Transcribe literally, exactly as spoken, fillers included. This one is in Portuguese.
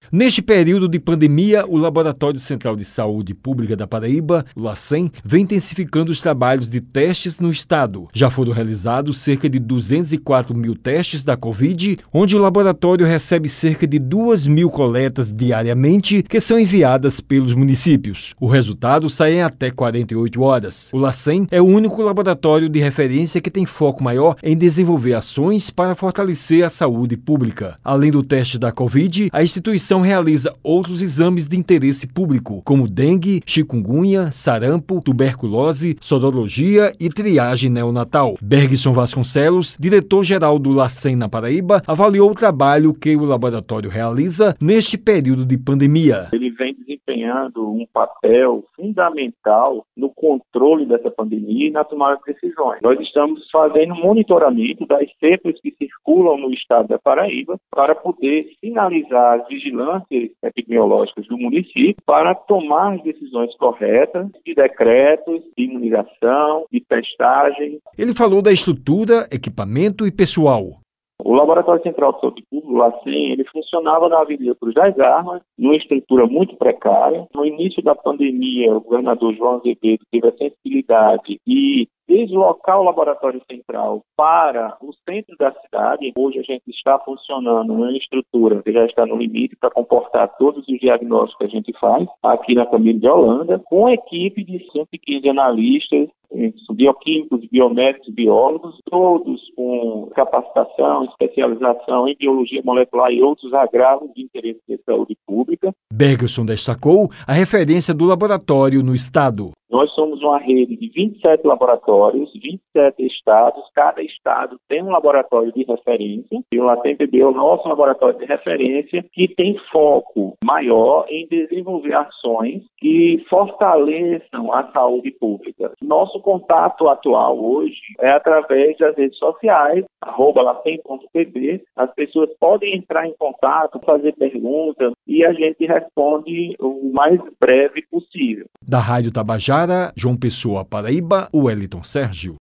Neste período de pandemia, o Laboratório Central de Saúde Pública da Paraíba, o LACEN, vem intensificando os trabalhos de testes no estado. Já foram realizados cerca de duzentos e quatro mil testes da Covid, onde o laboratório recebe cerca de duas mil coletas diariamente, que são enviadas pelos municípios. O resultado sai em até quarenta e oito horas. O LACEN é o único laboratório de referência que tem foco maior em desenvolver ações para fortalecer a saúde pública. Além do teste da Covid, a instituição realiza outros exames de interesse público, como dengue, chikungunya, sarampo, tuberculose, sorologia e triagem neonatal. Bergson Vasconcelos, diretor-geral do LACEN na Paraíba, avaliou o trabalho que o laboratório realiza neste período de pandemia. Ele vem desempenhando um papel fundamental no controle dessa pandemia e na tomada de decisões. Nós estamos fazendo monitoramento das cepas que circulam no estado da Paraíba para poder sinalizar as vigilâncias epidemiológicas do município para tomar as decisões corretas de decretos, de imunização, de testagem. Ele falou da estrutura, equipamento e pessoal. O Laboratório Central de Saúde Pública, o LACEN, ele funcionava na Avenida Cruz das Armas, numa estrutura muito precária. No início da pandemia, o governador João Azevedo teve a sensibilidade de deslocar o Laboratório Central para o centro da cidade. Hoje a gente está funcionando numa estrutura que já está no limite para comportar todos os diagnósticos que a gente faz aqui na Camilo de Holanda, com a equipe de cento e quinze analistas, bioquímicos, biomédicos, biólogos, todos com capacitação, especialização em biologia molecular e outros agravos de interesse de saúde pública. Bergson destacou a referência do laboratório no estado. Nós somos uma rede de vinte e sete laboratórios, vinte e sete estados, cada estado tem um laboratório de referência, e o LACEN-P B é o nosso laboratório de referência, que tem foco maior em desenvolver ações que fortaleçam a saúde pública. Nosso contato atual hoje é através das redes sociais, arroba lacem ponto p b. As pessoas podem entrar em contato, fazer perguntas, e a gente responde o mais breve possível. Da Rádio Tabajara, João Pessoa, Paraíba, Wellington Sérgio.